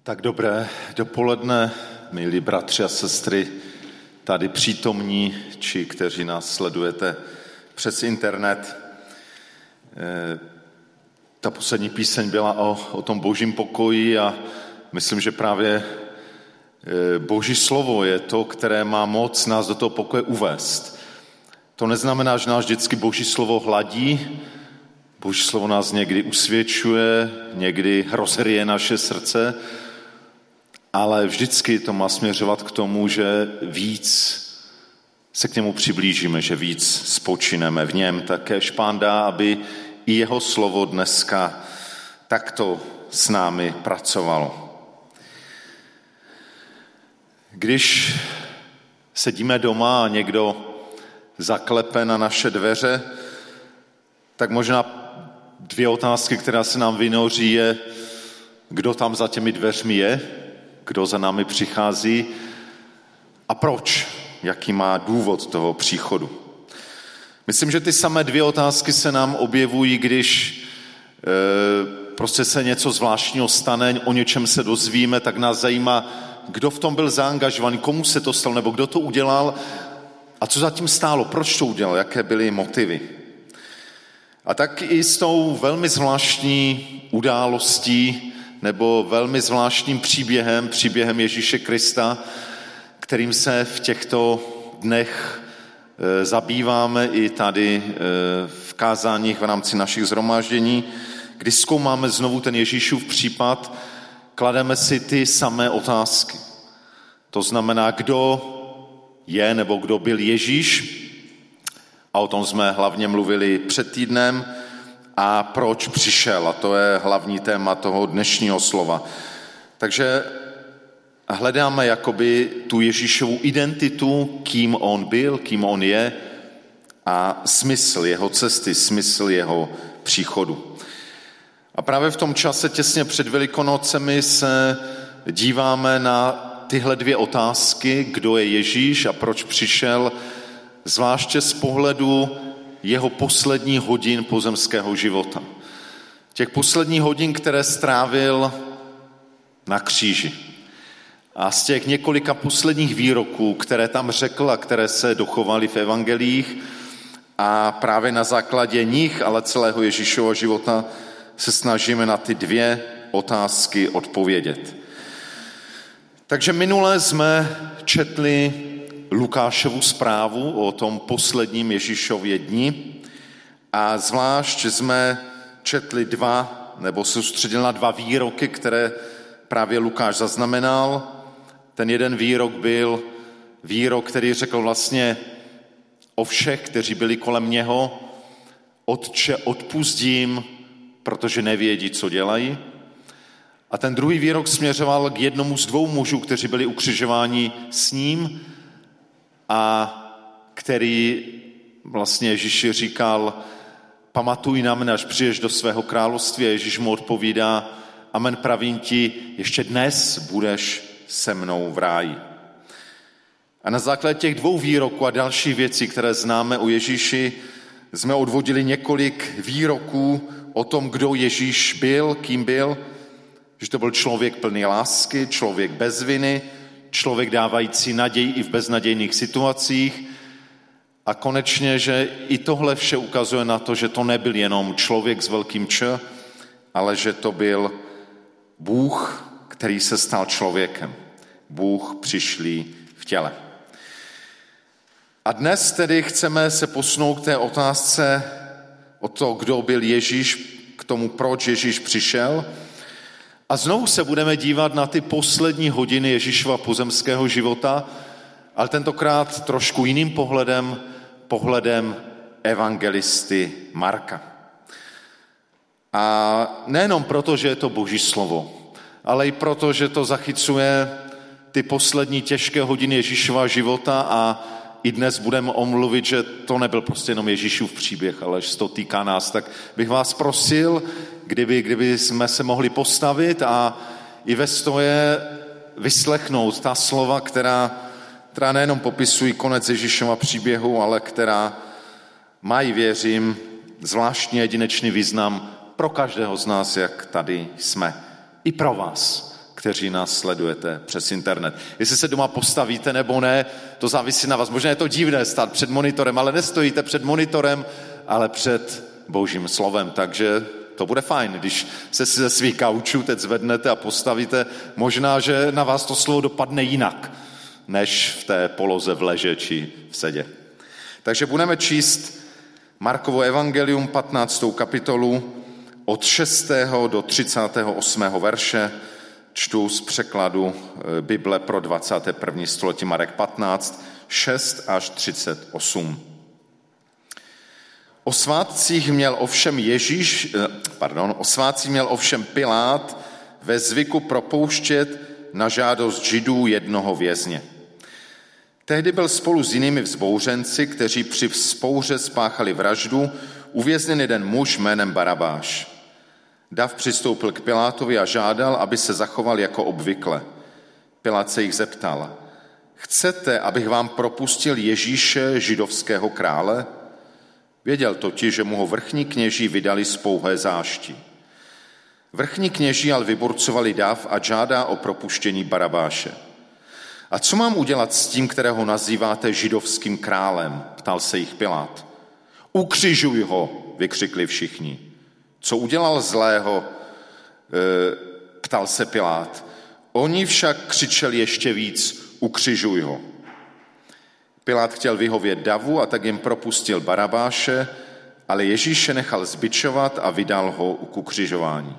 Tak dobré dopoledne, milí bratři a sestry, tady přítomní, či kteří nás sledujete přes internet. Ta poslední píseň byla o tom božím pokoji a myslím, že právě boží slovo je to, které má moc nás do toho pokoje uvést. To neznamená, že nás vždycky boží slovo hladí, boží slovo nás někdy usvědčuje, někdy rozhryje naše srdce, ale vždycky to má směřovat k tomu, že víc se k němu přiblížíme, že víc spočineme v něm. Takéž Pán dá, aby i jeho slovo dneska takto s námi pracovalo. Když sedíme doma a někdo zaklepe na naše dveře, tak možná dvě otázky, která se nám vynoří, je, kdo tam za těmi dveřmi je, kdo za námi přichází a proč, jaký má důvod toho příchodu. Myslím, že ty samé dvě otázky se nám objevují, když prostě se něco zvláštního stane, o něčem se dozvíme, tak nás zajímá, kdo v tom byl zaangažovaný, komu se to stalo, nebo kdo to udělal a co zatím stálo, proč to udělal, jaké byly motivy. A tak i s tou velmi zvláštní událostí nebo velmi zvláštním příběhem Ježíše Krista, kterým se v těchto dnech zabýváme i tady v kázáních v rámci našich shromáždění, kdy zkoumáme znovu ten Ježíšův případ, klademe si ty samé otázky. To znamená, kdo je nebo kdo byl Ježíš, a o tom jsme hlavně mluvili před týdnem, a proč přišel. A to je hlavní téma toho dnešního slova. Takže hledáme jakoby tu Ježíšovu identitu, kým on byl, kým on je a smysl jeho cesty, smysl jeho příchodu. A právě v tom čase těsně před Velikonocemi se díváme na tyhle dvě otázky, kdo je Ježíš a proč přišel, zvláště z pohledu jeho posledních hodin pozemského života. Těch posledních hodin, které strávil na kříži. A z těch několika posledních výroků, které tam řekl a které se dochovaly v evangelích a právě na základě nich, ale celého Ježíšova života se snažíme na ty dvě otázky odpovědět. Takže minule jsme četli Lukášovu zprávu o tom posledním Ježíšově dni a zvlášť jsme četli nebo soustředili na dva výroky, které právě Lukáš zaznamenal. Ten jeden výrok byl výrok, který řekl vlastně o všech, kteří byli kolem něho: Otče, odpusť jim, protože nevědí, co dělají. A ten druhý výrok směřoval k jednomu z dvou mužů, kteří byli ukřižováni s ním a který vlastně Ježíši říkal: pamatuj na mne, až přijdeš do svého království. A Ježíš mu odpovídá: amen, pravím ti, ještě dnes budeš se mnou v ráji. A na základě těch dvou výroků a dalších věcí, které známe o Ježíši, jsme odvodili několik výroků o tom, kdo Ježíš byl, kým byl, že to byl člověk plný lásky, člověk bez viny, člověk dávající naději i v beznadějných situacích a konečně, že i tohle vše ukazuje na to, že to nebyl jenom člověk s velkým Č, ale že to byl Bůh, který se stal člověkem. Bůh přišlý v těle. A dnes tedy chceme se posunout k té otázce o to, kdo byl Ježíš, k tomu, proč Ježíš přišel. A znovu se budeme dívat na ty poslední hodiny Ježíšova pozemského života, ale tentokrát trošku jiným pohledem evangelisty Marka. A nejenom proto, že je to Boží slovo, ale i proto, že to zachycuje ty poslední těžké hodiny Ježíšova života a i dnes budeme omluvit, že to nebyl prostě jenom Ježíšův příběh, ale že se to týká nás. Tak bych vás prosil, kdyby jsme se mohli postavit a i ve stoje vyslechnout ta slova, která nejenom popisují konec Ježíšova příběhu, ale která mají, věřím, zvláštní jedinečný význam pro každého z nás, jak tady jsme. I pro vás, kteří nás sledujete přes internet. Jestli se doma postavíte nebo ne, to závisí na vás. Možná je to divné stát před monitorem, ale nestojíte před monitorem, ale před Božím slovem. Takže to bude fajn, když se si ze svých kaučů teď zvednete a postavíte. Možná, že na vás to slovo dopadne jinak, než v té poloze v leže či v sedě. Takže budeme číst Markovo evangelium, 15. kapitolu, od 6. do 38. verše. Čtu z překladu Bible pro 21. století Marek 15, 6 až 38. O svátcích měl ovšem Pilát ve zvyku propouštět na žádost Židů jednoho vězně. Tehdy byl spolu s jinými vzbouřenci, kteří při vzpouře spáchali vraždu, uvězněn jeden muž jménem Barabáš. Dav přistoupil k Pilátovi a žádal, aby se zachoval jako obvykle. Pilát se jich zeptal: chcete, abych vám propustil Ježíše, židovského krále? Věděl totiž, že mu ho vrchní kněží vydali z pouhé zášti. Vrchní kněží ale vyburcovali dav a žádá o propuštění Barabáše. A co mám udělat s tím, kterého nazýváte židovským králem? Ptal se jich Pilát. Ukřižuj ho, vykřikli všichni. Co udělal zlého? Ptal se Pilát. Oni však křičeli ještě víc, ukřižuj ho. Pilát chtěl vyhovět davu a tak jim propustil Barabáše, ale Ježíše nechal zbičovat a vydal ho k ukřižování.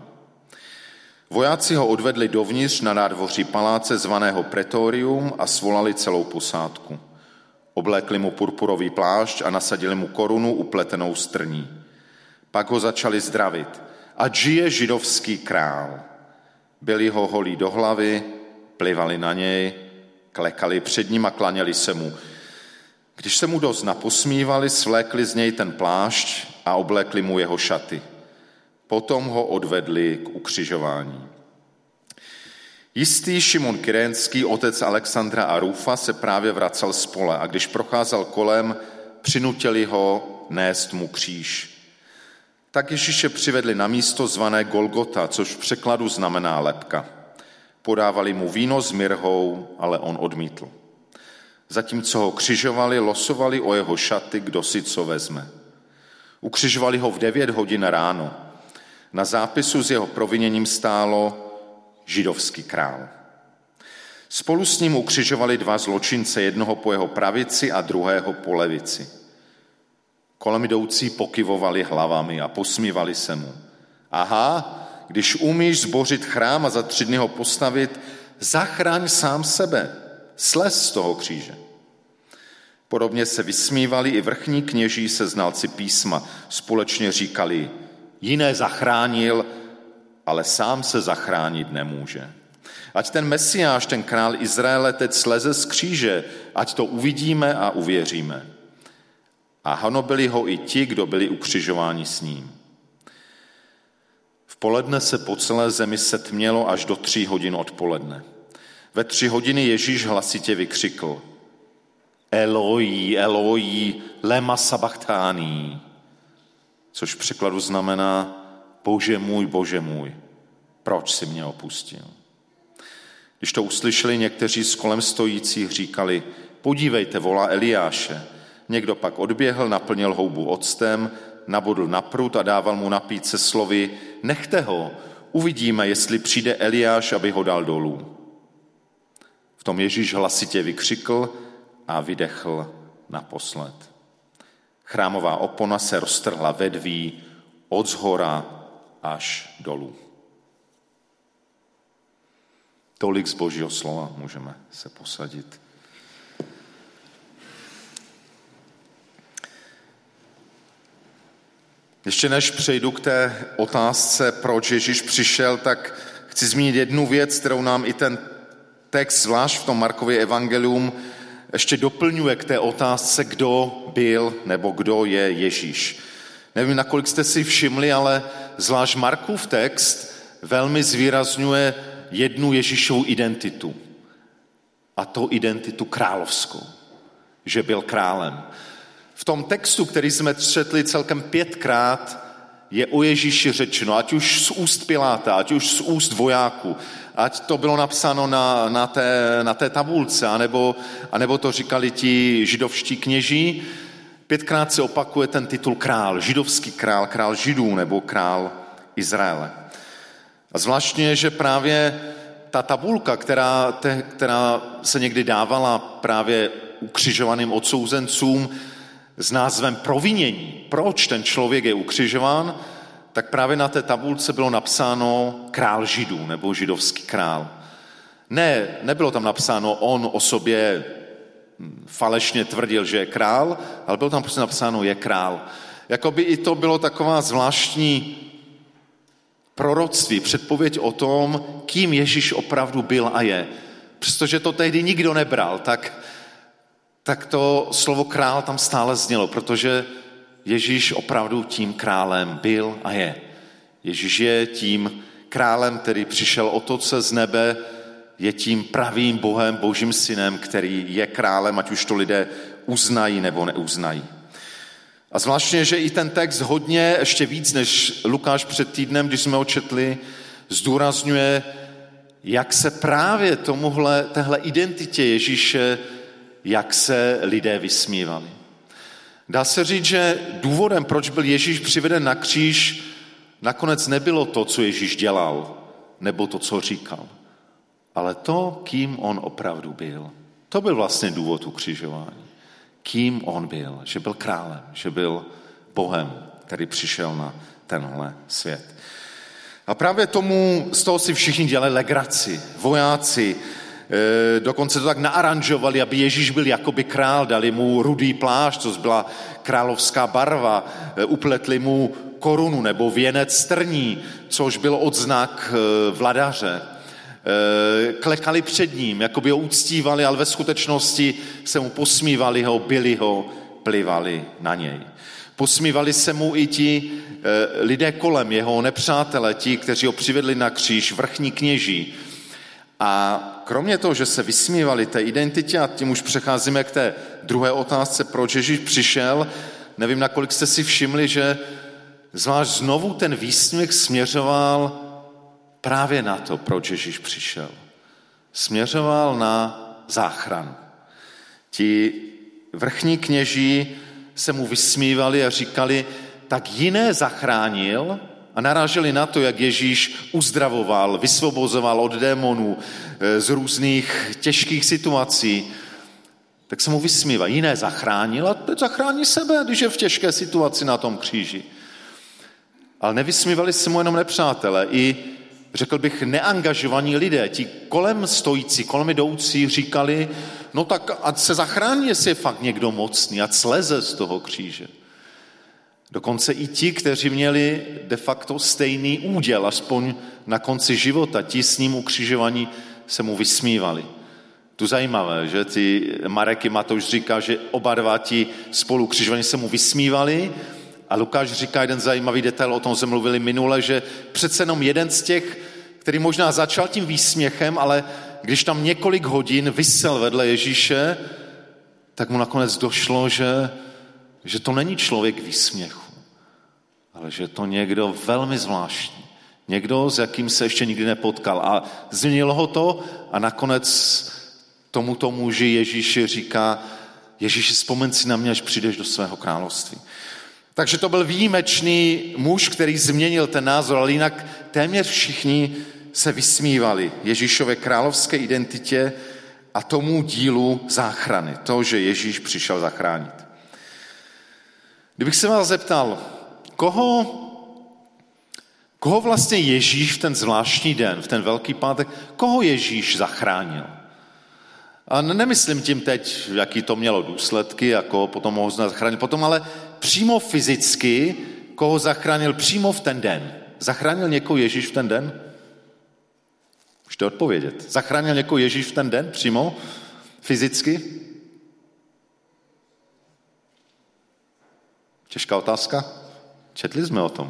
Vojáci ho odvedli dovnitř na nádvoří paláce zvaného Pretorium a svolali celou posádku. Oblékli mu purpurový plášť a nasadili mu korunu upletenou z trní. Pak ho začali zdravit. Ať žije židovský král. Byli ho holí do hlavy, plivali na něj, klekali před ním a klaněli se mu. Když se mu dost naposmívali, svlékli z něj ten plášť a oblékli mu jeho šaty. Potom ho odvedli k ukřižování. Jistý Šimon Kyrénský, otec Alexandra a Rufa, se právě vracel z pole a když procházel kolem, přinutili ho nést mu kříž. Tak Ježíše přivedli na místo zvané Golgota, což v překladu znamená lebka. Podávali mu víno s mirhou, ale on odmítl. Zatímco ho křižovali, losovali o jeho šaty, kdo si co vezme. Ukřižovali ho v 9 hodin ráno. Na zápisu s jeho proviněním stálo židovský král. Spolu s ním ukřižovali 2 zločince, jednoho po jeho pravici a druhého po levici. Kolem jdoucí pokyvovali hlavami a posmívali se mu. Aha, když umíš zbořit chrám a za 3 dny ho postavit, zachraň sám sebe, slez z toho kříže. Podobně se vysmívali i vrchní kněží se znalci písma. Společně říkali, jiné zachránil, ale sám se zachránit nemůže. Ať ten Mesiáš, ten král Izraele, teď sleze z kříže, ať to uvidíme a uvěříme. A hanobili ho i ti, kdo byli ukřižováni s ním. V poledne se po celé zemi setmělo až do 3 hodin odpoledne. Ve 3 hodiny Ježíš hlasitě vykřikl: Eloi, Eloi, lema sabachthani, což v překladu znamená Bože můj, proč jsi mě opustil? Když to uslyšeli, někteří z kolem stojících říkali, podívejte, volá Eliáše. Někdo pak odběhl, naplnil houbu octem, nabodl na prut a dával mu napít se slovy, nechte ho, uvidíme, jestli přijde Eliáš, aby ho dal dolů. V tom Ježíš hlasitě vykřikl a vydechl naposled. Chrámová opona se roztrhla vedví od zhora až dolů. Tolik z Božího slova, můžeme se posadit. Ještě než přejdu k té otázce, proč Ježíš přišel, tak chci zmínit jednu věc, kterou nám i ten text, zvlášť v tom Markově evangelium, ještě doplňuje k té otázce, kdo byl nebo kdo je Ježíš. Nevím, nakolik jste si všimli, ale zvlášť Markův text velmi zvýrazňuje jednu Ježíšovu identitu. A to identitu královskou, že byl králem. V tom textu, který jsme četli celkem 5krát, je o Ježíši řečeno, ať už z úst Piláta, ať už z úst vojáků, ať to bylo napsáno na té tabulce, anebo to říkali ti židovští kněží, 5krát se opakuje ten titul král, židovský král, král židů nebo král Izraele. A zvláštně je, že právě ta tabulka, která se někdy dávala právě ukřižovaným odsouzencům s názvem provinění, proč ten člověk je ukřižován, tak právě na té tabulce bylo napsáno král židů nebo židovský král. Nebylo tam napsáno, on o sobě falešně tvrdil, že je král, ale bylo tam prostě napsáno, je král. Jakoby i to bylo taková zvláštní proroctví, předpověď o tom, kým Ježíš opravdu byl a je. Přestože to tehdy nikdo nebral, tak to slovo král tam stále znělo, protože Ježíš opravdu tím králem byl a je. Ježíš je tím králem, který přišel od Otce z nebe, je tím pravým Bohem, Božím synem, který je králem, ať už to lidé uznají nebo neuznají. A zvláštně, že i ten text hodně, ještě víc než Lukáš před týdnem, když jsme ho četli, zdůrazňuje, jak se právě téhle identitě Ježíše, jak se lidé vysmívali. Dá se říct, že důvodem, proč byl Ježíš přiveden na kříž, nakonec nebylo to, co Ježíš dělal, nebo to, co říkal, ale to, kým on opravdu byl. To byl vlastně důvod ukřižování. Kým on byl, že byl králem, že byl Bohem, který přišel na tenhle svět. A právě z toho si všichni dělali legraci, vojáci, dokonce to tak naaranžovali, aby Ježíš byl jakoby král, dali mu rudý plášť, což byla královská barva, upletli mu korunu nebo věnec trní, což byl odznak vladaře. Klekali před ním, jakoby ho uctívali, ale ve skutečnosti se mu posmívali ho, byli ho, plivali na něj. Posmívali se mu i ti lidé kolem, jeho nepřátelé, ti, kteří ho přivedli na kříž, vrchní kněží. A kromě toho, že se vysmívali té identitě, a tím už přecházíme k té druhé otázce, proč Ježíš přišel, nevím, nakolik jste si všimli, že zvlášť znovu ten výsměch směřoval právě na to, proč Ježíš přišel. Směřoval na záchranu. Ti vrchní kněží se mu vysmívali a říkali, tak jiné zachránil, a naráželi na to, jak Ježíš uzdravoval, vysvobozoval od démonů z různých těžkých situací, tak se mu vysmívá. Jiné zachránil a teď zachrání sebe, když je v těžké situaci na tom kříži. Ale nevysmívali se mu jenom nepřátelé, i řekl bych neangažovaní lidé, ti kolem stojící, kolem jdoucí říkali, no tak ať se zachrání, jestli je fakt někdo mocný, ať sleze z toho kříže. Dokonce i ti, kteří měli de facto stejný úděl, aspoň na konci života, ti s ním ukřižovaní se mu vysmívali. Tu zajímavé, že Marek i Matouš říká, že oba dva ti spolu ukřižovaní se mu vysmívali a Lukáš říká jeden zajímavý detail, o tom jsme mluvili minule, že přece jenom jeden z těch, který možná začal tím výsměchem, ale když tam několik hodin visel vedle Ježíše, tak mu nakonec došlo, že to není člověk výsměchu, ale že to někdo velmi zvláštní. Někdo, s jakým se ještě nikdy nepotkal. A změnilo ho to a nakonec tomuto muži Ježíši říká, Ježíši, vzpomeň si na mě, až přijdeš do svého království. Takže to byl výjimečný muž, který změnil ten názor, ale jinak téměř všichni se vysmívali Ježíšové královské identitě a tomu dílu záchrany. To, že Ježíš přišel zachránit. Kdybych se vás zeptal, koho vlastně Ježíš v ten zvláštní den, v ten Velký pátek, koho Ježíš zachránil? A nemyslím tím teď, jaký to mělo důsledky, jako potom mohl zachránit potom, ale přímo fyzicky, koho zachránil přímo v ten den. Zachránil někoho Ježíš v ten den? Můžete odpovědět. Zachránil někoho Ježíš v ten den přímo, fyzicky? Těžká otázka? Četli jsme o tom.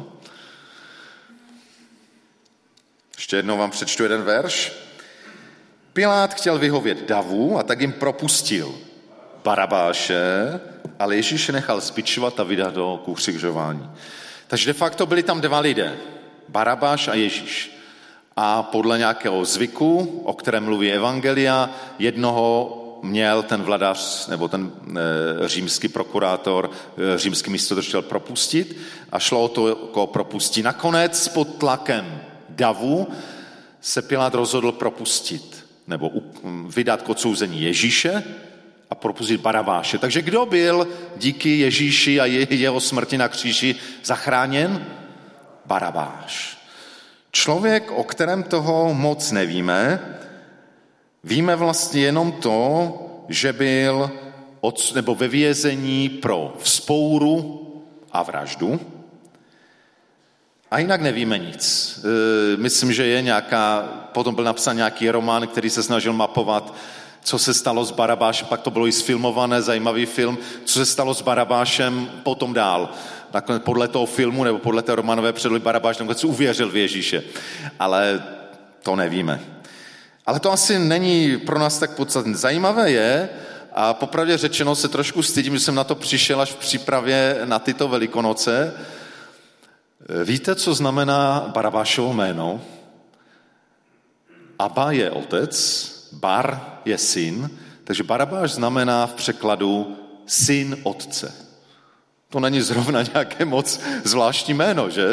Ještě jednou vám přečtu jeden verš. Pilát chtěl vyhovět davu a tak jim propustil Barabáše, ale Ježíše nechal zbičovat a vydat ho k ukřižování. Takže de facto byli tam dva lidé, Barabáš a Ježíš. A podle nějakého zvyku, o kterém mluví evangelia, jednoho měl ten vladař nebo ten římský prokurátor, římský místodržitel propustit a šlo o to, koho propustí. Nakonec pod tlakem davu se Pilát rozhodl propustit nebo vydat k odsouzení Ježíše a propustit Barabáše. Takže kdo byl díky Ježíši a jeho smrti na kříži zachráněn? Barabáš. Člověk, o kterém toho moc nevíme, víme vlastně jenom to, že byl ve vězení pro vzpouru a vraždu. A jinak nevíme nic. Myslím, že je potom byl napsán nějaký román, který se snažil mapovat, co se stalo s Barabášem, pak to bylo i sfilmované, zajímavý film, co se stalo s Barabášem potom dál. Nakonec podle toho filmu nebo podle té románové předlohy Barabáš nakonec uvěřil v Ježíše. Ale to nevíme. Ale to asi není pro nás tak podstatné. Zajímavé je, a popravdě řečeno se trošku stydím, že jsem na to přišel až v přípravě na tyto Velikonoce. Víte, co znamená Barabášovo jméno? Abba je otec, Bar je syn, takže Barabáš znamená v překladu syn otce. To není zrovna nějaké moc zvláštní jméno, že?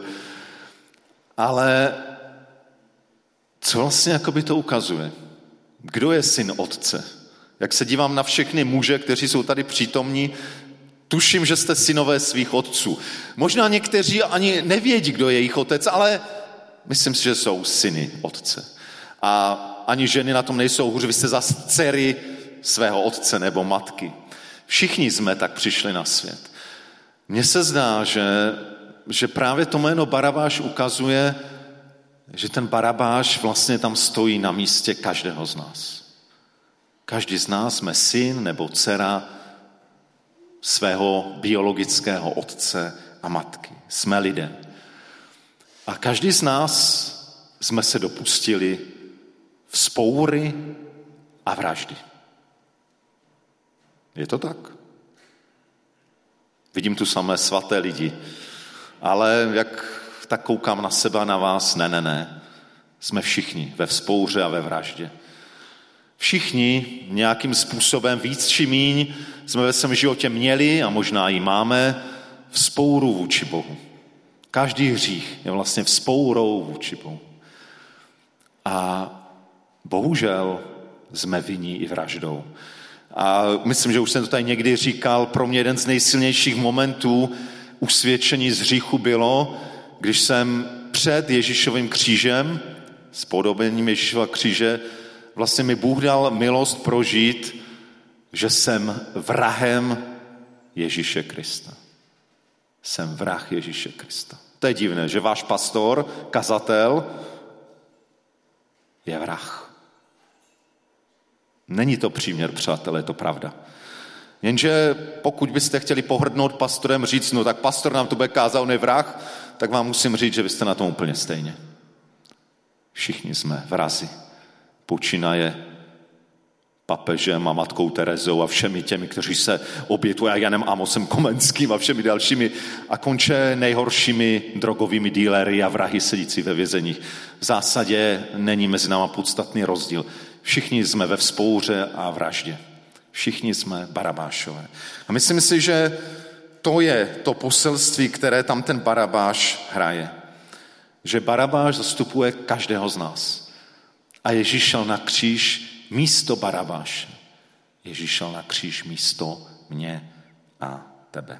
Ale co vlastně jakoby to ukazuje? Kdo je syn otce? Jak se dívám na všechny muže, kteří jsou tady přítomní, tuším, že jste synové svých otců. Možná někteří ani nevědí, kdo je jejich otec, ale myslím si, že jsou syny otce. A ani ženy na tom nejsou hůř, vy jste zase dcery svého otce nebo matky. Všichni jsme tak přišli na svět. Mně se zdá, že právě to jméno Barabáš ukazuje, že ten Barabáš vlastně tam stojí na místě každého z nás. Každý z nás jsme syn nebo dcera svého biologického otce a matky. Jsme lidé. A každý z nás jsme se dopustili vzpoury a vraždy. Je to tak? Vidím tu samé svaté lidi, ale jak tak koukám na sebe a na vás, ne. Jsme všichni ve vzpouře a ve vraždě. Všichni nějakým způsobem víc či míň jsme ve svém životě měli a možná i máme vzpouru vůči Bohu. Každý hřích je vlastně vzpourou vůči Bohu. A bohužel jsme vinní i vraždou. A myslím, že už jsem to tady někdy říkal, pro mě jeden z nejsilnějších momentů usvědčení z hříchu bylo, když jsem před Ježíšovým křížem, s podobením Ježíšova kříže, vlastně mi Bůh dal milost prožít, že jsem vrahem Ježíše Krista. Jsem vrah Ježíše Krista. To je divné, že váš pastor, kazatel, je vrah. Není to příměr, přátelé, je to pravda. Jenže pokud byste chtěli pohrdnout pastorem, říct, no tak pastor nám to bude kázat, on je vrah, tak vám musím říct, že vy jste na tom úplně stejně. Všichni jsme vrazi. Počínaje papežem a matkou Terezou a všemi těmi, kteří se obětují, a Janem Amosem Komenským a všemi dalšími a konče nejhoršími drogovými dílery a vrahy sedící ve vězeních. V zásadě není mezi náma podstatný rozdíl. Všichni jsme ve vzpouře a vraždě. Všichni jsme Barabášové. A myslím si, že to je to poselství, které tam ten Barabáš hraje. Že Barabáš zastupuje každého z nás. A Ježíš šel na kříž místo Barabáše. Ježíš šel na kříž místo mě a tebe.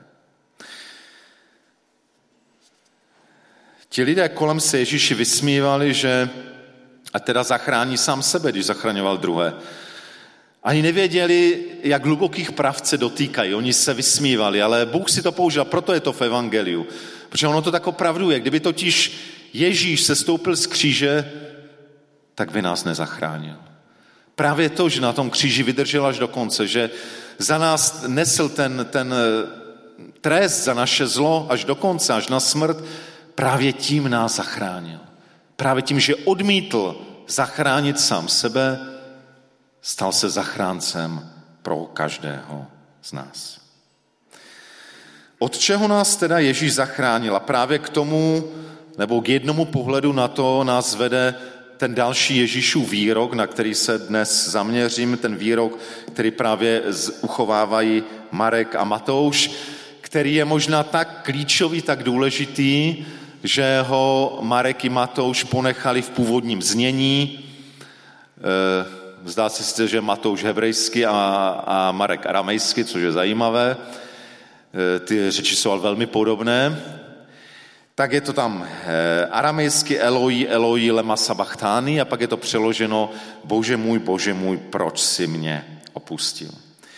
Ti lidé kolem se Ježíši vysmívali, že a teda zachrání sám sebe, když zachraňoval druhé. Ani nevěděli, jak hlubokých pravd se dotýkají. Oni se vysmívali, ale Bůh si to použil, proto je to v evangeliu. Protože ono to tak opravdu je. Kdyby totiž Ježíš se stoupil z kříže, tak by nás nezachránil. Právě to, že na tom kříži vydržel až do konce, že za nás nesl ten trest za naše zlo až do konce, až na smrt, právě tím nás zachránil. Právě tím, že odmítl zachránit sám sebe, stal se zachráncem pro každého z nás. Od čeho nás teda Ježíš zachránil? A právě k tomu, nebo k jednomu pohledu na to nás vede ten další Ježíšův výrok, na který se dnes zaměřím, ten výrok, který právě uchovávají Marek a Matouš, který je možná tak klíčový, tak důležitý, že ho Marek i Matouš ponechali v původním znění. Zdá se sice, že Matouš hebrejsky a Marek aramejsky, což je zajímavé. Ty řeči jsou ale velmi podobné. Tak je to tam aramejsky Eloi, Eloi lema sabachthani a pak je to přeloženo Bože můj, proč jsi mě opustil.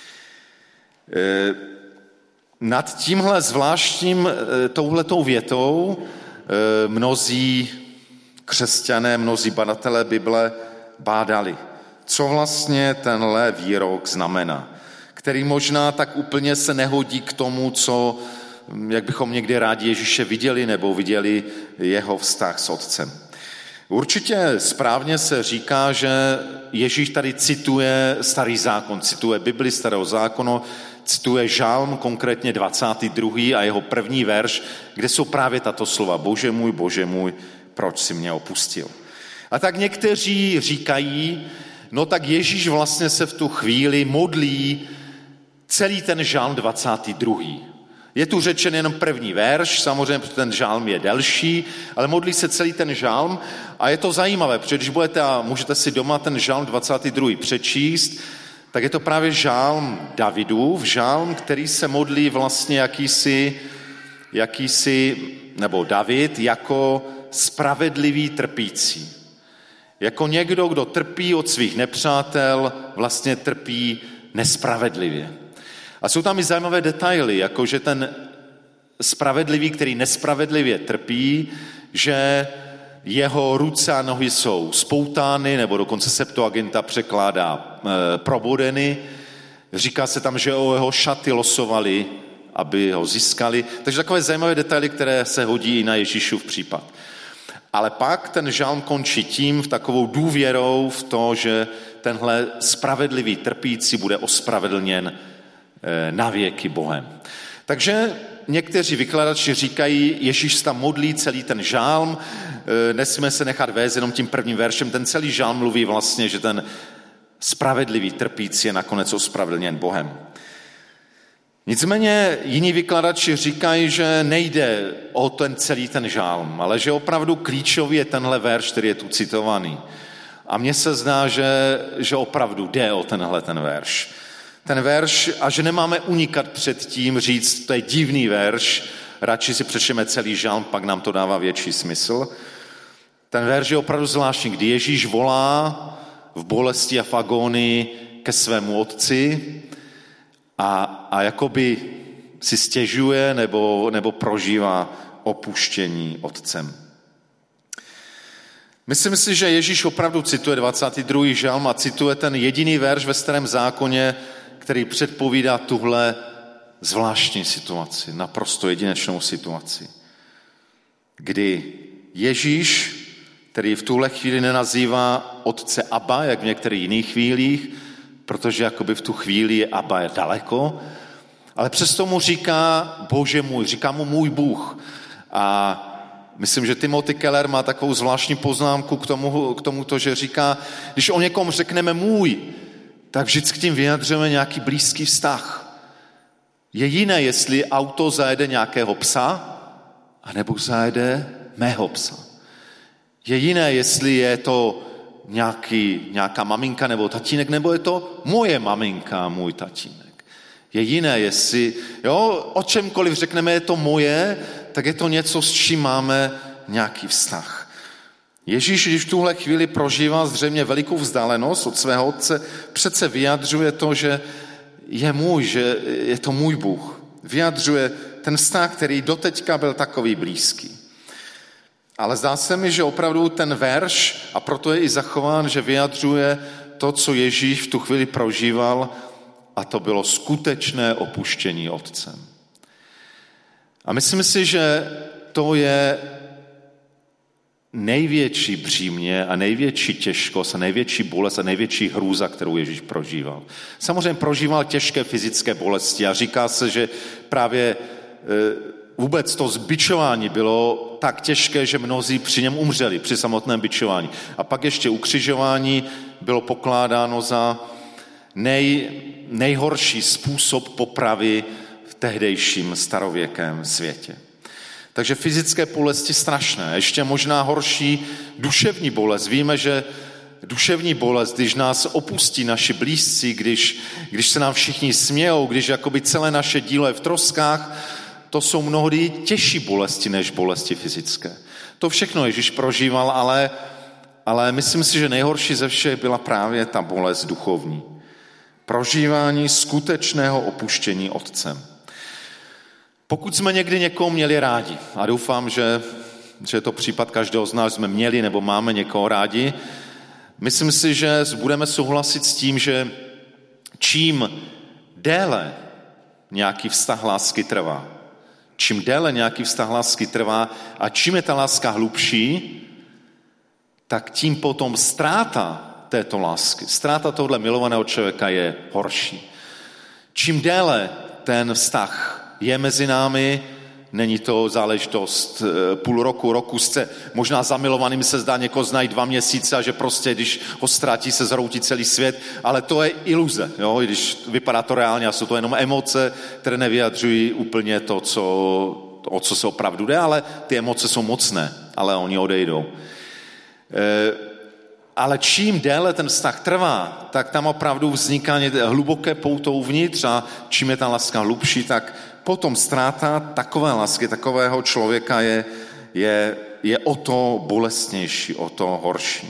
Nad tímhle zvláštním touhletou větou mnozí křesťané, mnozí badatelé Bible bádali. Co vlastně tenhle výrok znamená? Který možná tak úplně se nehodí k tomu, co, jak bychom někdy rádi Ježíše viděli, nebo viděli jeho vztah s Otcem. Určitě správně se říká, že Ježíš tady cituje Starý zákon, cituje Bibli Starého zákona, cituje Žalm, konkrétně 22. a jeho první verš, kde jsou právě tato slova Bože můj, proč jsi mě opustil. A tak někteří říkají, no tak Ježíš vlastně se v tu chvíli modlí celý ten Žalm 22. Je tu řečen jenom první verš, samozřejmě, protože ten žálm je delší, ale modlí se celý ten žálm a je to zajímavé, protože když budete a můžete si doma ten žálm 22. přečíst, tak je to právě žálm Davidův, žálm, který se modlí vlastně jakýsi nebo David jako spravedlivý trpící. Jako někdo, kdo trpí od svých nepřátel, vlastně trpí nespravedlivě. A jsou tam i zajímavé detaily, jako že ten spravedlivý, který nespravedlivě trpí, že jeho ruce a nohy jsou spoutány, nebo dokonce Septuaginta překládá probodeny. Říká se tam, že o jeho šaty losovali, aby ho získali. Takže takové zajímavé detaily, které se hodí i na Ježíšův případ. Ale pak ten žálm končí tím v takovou důvěrou v to, že tenhle spravedlivý trpící bude ospravedlněn na věky Bohem. Takže někteří vykladači říkají, Ježíš tam modlí celý ten žálm, nesmíme se nechat vést jenom tím prvním veršem, ten celý žálm mluví vlastně, že ten spravedlivý trpící je nakonec ospravedlněn Bohem. Nicméně jiní vykladači říkají, že nejde o ten celý ten žálm, ale že opravdu klíčový je tenhle verš, který je tu citovaný. A mně se zdá, že opravdu jde o tenhle ten verš. Ten verš, a že nemáme unikat před tím říct, to je divný verš, radši si přečteme celý žálm, pak nám to dává větší smysl. Ten verš je opravdu zvláštní, kdy Ježíš volá v bolesti a v agónii ke svému otci a jakoby si stěžuje nebo prožívá opuštění otcem. Myslím si, že Ježíš opravdu cituje 22. žalm a cituje ten jediný verš ve Starém zákoně, který předpovídá tuhle zvláštní situaci, naprosto jedinečnou situaci, kdy Ježíš, který v tuhle chvíli nenazývá otce Abba, jak v některých jiných chvílích, protože jakoby v tu chvíli je Abba je daleko, ale přesto mu říká Bože můj, říká mu můj Bůh. A myslím, že Timothy Keller má takovou zvláštní poznámku k tomuto, že říká, když o někom řekneme můj, tak vždycky tím vyjadřujeme nějaký blízký vztah. Je jiné, jestli auto zajede nějakého psa, anebo zajede mého psa. Je jiné, jestli je to nějaká maminka nebo tatínek, nebo je to moje maminka a můj tatínek. Je jiné, jestli o čemkoliv řekneme, je to moje, tak je to něco, s čím máme nějaký vztah. Ježíš, když v tuhle chvíli prožívá zřejmě velikou vzdálenost od svého otce, přece vyjadřuje to, že je můj, že je to můj Bůh. Vyjadřuje ten vztah, který doteďka byl takový blízký. Ale zdá se mi, že opravdu ten verš, a proto je i zachován, že vyjadřuje to, co Ježíš v tu chvíli prožíval, a to bylo skutečné opuštění otcem. A myslím si, že to je největší břímě a největší těžkost a největší bolest a největší hrůza, kterou Ježíš prožíval. Samozřejmě prožíval těžké fyzické bolesti a říká se, že právě vůbec to zbičování bylo tak těžké, že mnozí při něm umřeli, při samotném bičování. A pak ještě ukřižování bylo pokládáno za nejhorší způsob popravy v tehdejším starověkém světě. Takže fyzické bolesti strašné, ještě možná horší duševní bolest. Víme, že duševní bolest, když nás opustí naši blízcí, když se nám všichni smějou, když jakoby celé naše dílo je v troskách, to jsou mnohdy těžší bolesti než bolesti fyzické. To všechno Ježíš prožíval, ale myslím si, že nejhorší ze všech byla právě ta bolest duchovní. Prožívání skutečného opuštění Otcem. Pokud jsme někdy někoho měli rádi, a doufám, že je to případ každého z nás, jsme měli nebo máme někoho rádi, myslím si, že budeme souhlasit s tím, že čím déle nějaký vztah lásky trvá, a čím je ta láska hlubší, tak tím potom ztráta této lásky, ztráta tohoto milovaného člověka je horší. Čím déle ten vztah je mezi námi, není to záležitost půl roku jste možná zamilovaným, se zdá, někoho znají 2 měsíce a že prostě, když ho ztratí, se zhroutí celý svět, ale to je iluze, jo? I když vypadá to reálně a jsou to jenom emoce, které nevyjadřují úplně to, o co se opravdu jde, ale ty emoce jsou mocné, ale oni odejdou. Ale čím déle ten vztah trvá, tak tam opravdu vzniká hluboké pouto uvnitř a čím je ta láska hlubší, tak potom ztráta takové lásky, takového člověka je o to bolestnější, o to horší.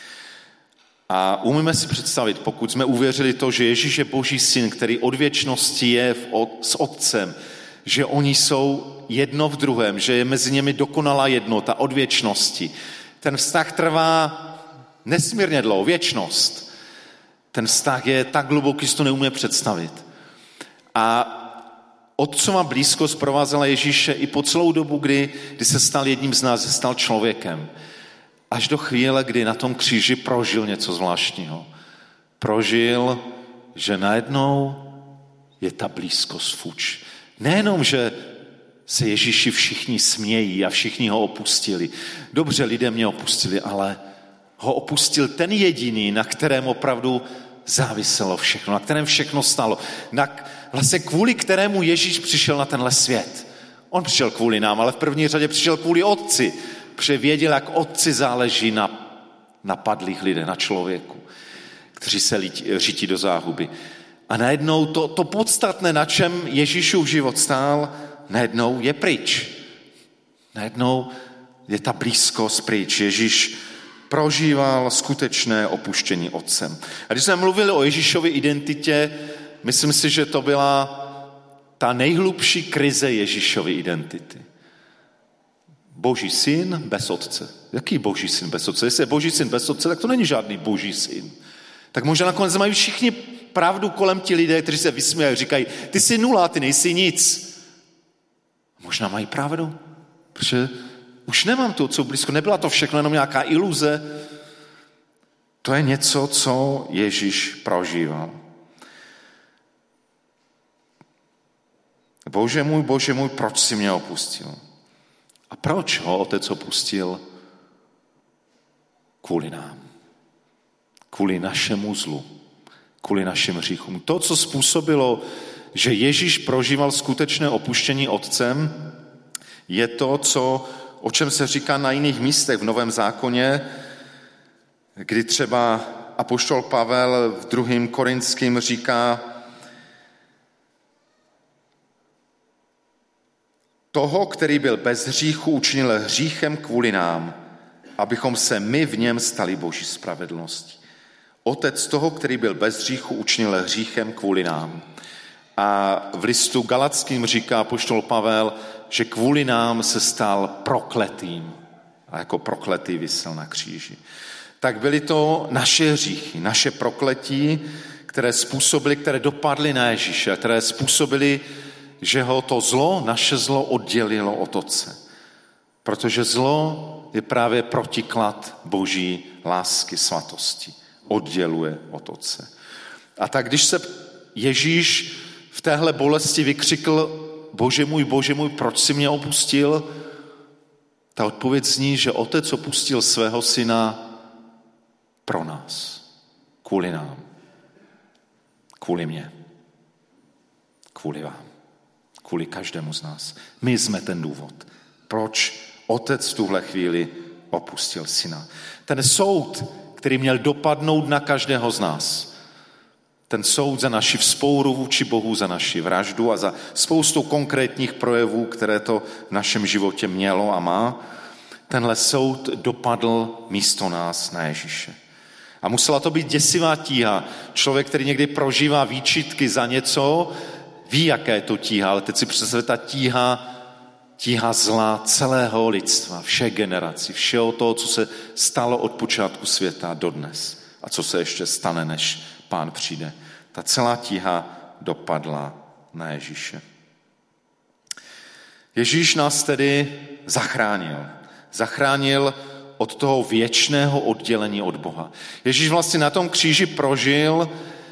A umíme si představit, pokud jsme uvěřili to, že Ježíš je Boží syn, který od věčnosti je s Otcem, že oni jsou jedno v druhém, že je mezi nimi dokonalá jednota od věčnosti. Ten vztah trvá nesmírně dlouho, věčnost. Ten vztah je tak hluboký, že to neumíme představit. A Otcova blízkost provázela Ježíše i po celou dobu, kdy se stal jedním z nás, stal člověkem. Až do chvíle, kdy na tom kříži prožil něco zvláštního. Prožil, že najednou je ta blízkost fuč. Nejenom, že se Ježíši všichni smějí a všichni ho opustili. Dobře, lidé mě opustili, ale ho opustil ten jediný, na kterém opravdu záviselo všechno, na kterém všechno stalo. Vlastně kvůli kterému Ježíš přišel na tenhle svět. On přišel kvůli nám, ale v první řadě přišel kvůli Otci, protože věděl, jak Otci záleží na padlých lidech, na člověku, kteří se řítí do záhuby. A najednou to podstatné, na čem Ježíšův život stál, najednou je pryč. Najednou je ta blízkost pryč. Ježíš prožíval skutečné opuštění Otcem. A když jsme mluvili o Ježíšově identitě, myslím si, že to byla ta nejhlubší krize Ježíšovy identity. Boží syn bez Otce. Jaký Boží syn bez Otce? Jestli je Boží syn bez Otce, tak to není žádný Boží syn. Tak možná nakonec mají všichni pravdu kolem ti lidé, kteří se vysmějí, říkají, ty jsi nula, ty nejsi nic. Možná mají pravdu, protože už nemám tu Otcovu blízko, nebyla to všechno jenom nějaká iluze. To je něco, co Ježíš prožíval. Bože můj, proč jsi mě opustil? A proč ho Otec opustil? Kvůli nám. Kvůli našemu zlu. Kvůli našim hříchům. To, co způsobilo, že Ježíš prožíval skutečné opuštění Otcem, je to, o čem se říká na jiných místech v Novém zákoně, kdy třeba apoštol Pavel v 2. Korinským říká, toho, který byl bez hříchu, učinil hříchem kvůli nám, abychom se my v něm stali Boží spravedlností. Otec toho, který byl bez hříchu, učinil hříchem kvůli nám. A v listu Galatským říká apoštol Pavel, že kvůli nám se stal prokletým a jako prokletý visel na kříži. Tak byly to naše hříchy, naše prokletí, které dopadly na Ježíše, které způsobily, že ho to zlo, naše zlo oddělilo od Otce. Protože zlo je právě protiklad Boží lásky, svatosti. Odděluje od Otce. A tak když se Ježíš v téhle bolesti vykřikl Bože můj, proč jsi mě opustil? Ta odpověď zní, že Otec opustil svého syna pro nás, kvůli nám, kvůli mně, kvůli vám, kvůli každému z nás. My jsme ten důvod, proč Otec v tuhle chvíli opustil syna. Ten soud, který měl dopadnout na každého z nás, ten soud za naši vzpouru vůči Bohu, za naši vraždu a za spoustu konkrétních projevů, které to v našem životě mělo a má, tenhle soud dopadl místo nás na Ježíše. A musela to být děsivá tíha. Člověk, který někdy prožívá výčitky za něco, ví, jaké je to tíha, ale teď si představte, ta tíha zla celého lidstva, všech generací, všeho toho, co se stalo od počátku světa dodnes a co se ještě stane, než Pán přijde. Ta celá tíha dopadla na Ježíše. Ježíš nás tedy zachránil. Zachránil od toho věčného oddělení od Boha. Ježíš vlastně na tom kříži prožil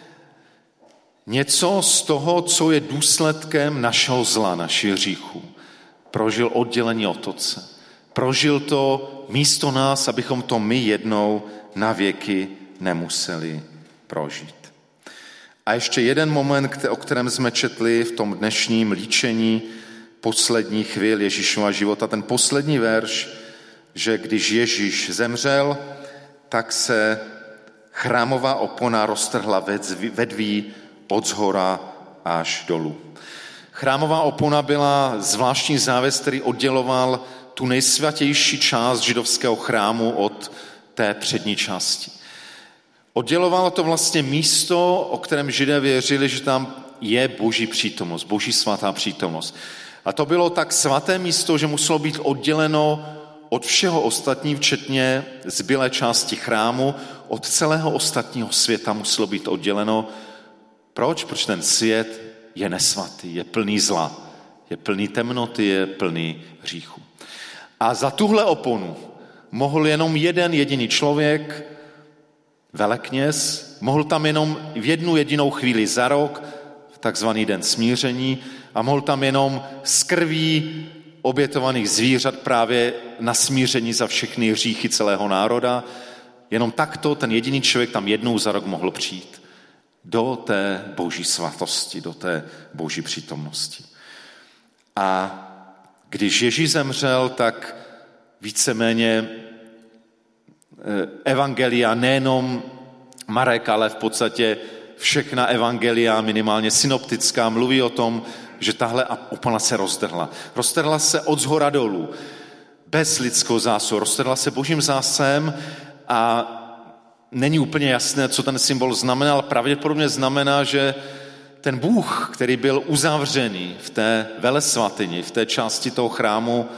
něco z toho, co je důsledkem našeho zla, našich hříchů. Prožil oddělení od Otce. Prožil to místo nás, abychom to my jednou na věky nemuseli prožít. A ještě jeden moment, o kterém jsme četli v tom dnešním líčení poslední chvíli Ježíšova života. Ten poslední verš, že když Ježíš zemřel, tak se chrámová opona roztrhla vedví od shora až dolů. Chrámová opona byla zvláštní závěs, který odděloval tu nejsvatější část židovského chrámu od té přední části. Oddělovalo to vlastně místo, o kterém Židé věřili, že tam je Boží přítomnost, Boží svatá přítomnost. A to bylo tak svaté místo, že muselo být odděleno od všeho ostatního, včetně zbylé části chrámu, od celého ostatního světa muselo být odděleno. Proč? Protože ten svět je nesvatý, je plný zla, je plný temnoty, je plný hříchu. A za tuhle oponu mohl jenom jeden jediný člověk, velekněz, mohl tam jenom v jednu jedinou chvíli za rok, v takzvaný den smíření, a mohl tam jenom z krví obětovaných zvířat právě na smíření za všechny hříchy celého národa. Jenom takto ten jediný člověk tam jednou za rok mohl přijít do té boží svatosti, do té boží přítomnosti. A když Ježíš zemřel, tak víceméně evangelia, nejenom Marek, ale v podstatě všechna evangelia, minimálně synoptická, mluví o tom, že tahle opona se roztrhla. Roztrhla se od shora dolů, bez lidského zásahu. Roztrhla se božím zásahem a není úplně jasné, co ten symbol znamená, ale pravděpodobně znamená, že ten Bůh, který byl uzavřený v té velesvatyni, v té části toho chrámu,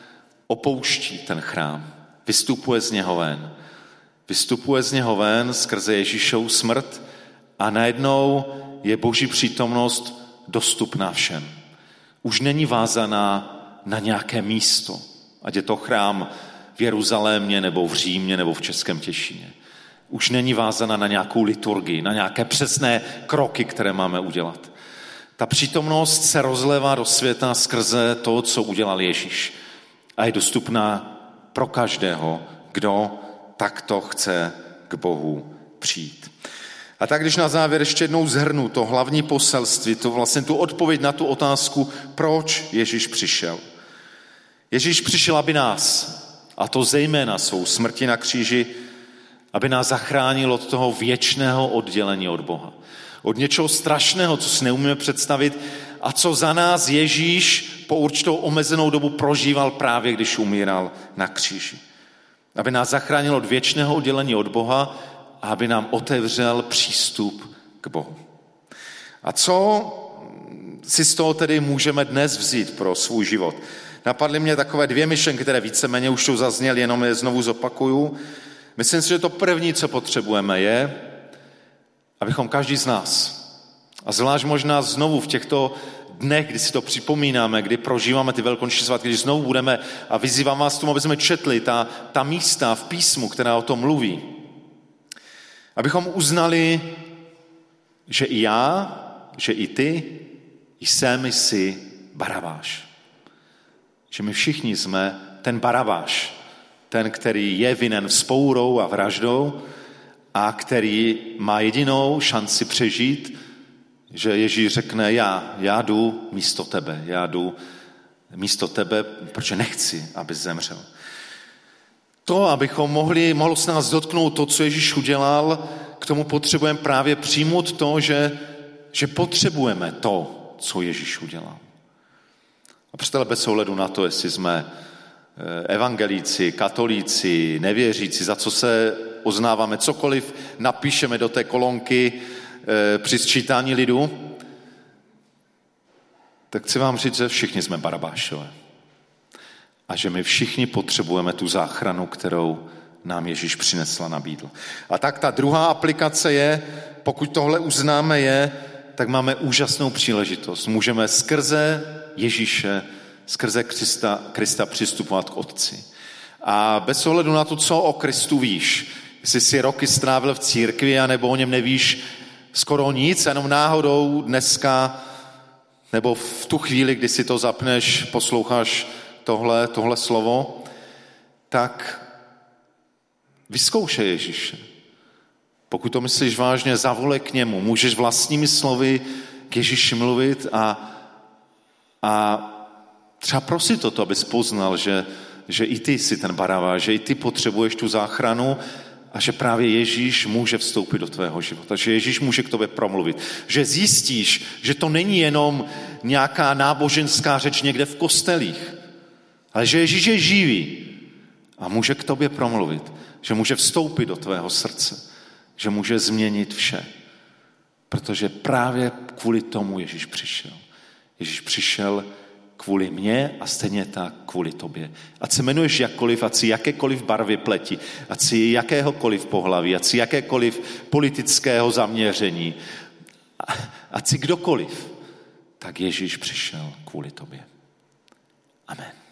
opouští ten chrám. Vystupuje z něho ven. Vystupuje z něho ven skrze Ježíšovu smrt a najednou je boží přítomnost dostupná všem. Už není vázaná na nějaké místo, ať je to chrám v Jeruzalémě, nebo v Římě, nebo v Českém Těšíně. Už není vázaná na nějakou liturgii, na nějaké přesné kroky, které máme udělat. Ta přítomnost se rozlévá do světa skrze to, co udělal Ježíš. A je dostupná pro každého, kdo takto chce k Bohu přijít. A tak, když na závěr ještě jednou shrnu to hlavní poselství, to vlastně tu odpověď na tu otázku, proč Ježíš přišel. Ježíš přišel, aby nás, a to zejména svou smrti na kříži, aby nás zachránil od toho věčného oddělení od Boha. Od něčeho strašného, co si neumíme představit a co za nás Ježíš po určitou omezenou dobu prožíval právě, když umíral na kříži. Aby nás zachránil od věčného oddělení od Boha a aby nám otevřel přístup k Bohu. A co si z toho tedy můžeme dnes vzít pro svůj život? Napadly mě takové dvě myšlenky, které víceméně už tu zazněly, jenom je znovu zopakuju. Myslím si, že to první, co potřebujeme, je, abychom každý z nás, a zvlášť možná znovu v těchto dnech, kdy si to připomínáme, kdy prožíváme ty velkonoční svátky, když znovu budeme a vyzývám vás k tomu, aby jsme četli ta místa v písmu, která o tom mluví. Abychom uznali, že i já, že i ty jsme si Barabáš. Že my všichni jsme ten Barabáš, ten, který je vinen vzpourou a vraždou a který má jedinou šanci přežít, že Ježíš řekne, já jdu místo tebe, protože nechci, aby zemřel. To, abychom mohlo se nás dotknout to, co Ježíš udělal, k tomu potřebujeme právě přijmout to, že potřebujeme to, co Ježíš udělal. A přesto bez ohledu na to, jestli jsme evangelíci, katolíci, nevěřící, za co se oznáváme, cokoliv napíšeme do té kolonky při sčítání lidu, tak chci vám říct, že všichni jsme Barabášové. A že my všichni potřebujeme tu záchranu, kterou nám Ježíš přinesl a nabídl. A tak ta druhá aplikace je, pokud tohle uznáme tak máme úžasnou příležitost. Můžeme skrze Ježíše, skrze Krista přistupovat k Otci. A bez ohledu na to, co o Kristu víš, jestli jsi roky strávil v církvi, anebo o něm nevíš skoro nic, jenom náhodou dneska, nebo v tu chvíli, kdy si to zapneš, posloucháš tohle slovo, tak vyzkoušej Ježíše. Pokud to myslíš vážně, zavolej k němu. Můžeš vlastními slovy k Ježíši mluvit a třeba prosit toto, abys poznal, že i ty jsi ten Barabáš, že i ty potřebuješ tu záchranu a že právě Ježíš může vstoupit do tvého života, že Ježíš může k tobě promluvit, že zjistíš, že to není jenom nějaká náboženská řeč někde v kostelích, ale že Ježíš je živý a může k tobě promluvit, že může vstoupit do tvého srdce, že může změnit vše, protože právě kvůli tomu Ježíš přišel. Ježíš přišel kvůli mně a stejně tak kvůli tobě. Ať se jmenuješ jakkoliv, ať si jakékoliv barvy pleti, ať si jakéhokoliv pohlaví, ať si jakékoliv politického zaměření, ať si kdokoliv, tak Ježíš přišel kvůli tobě. Amen.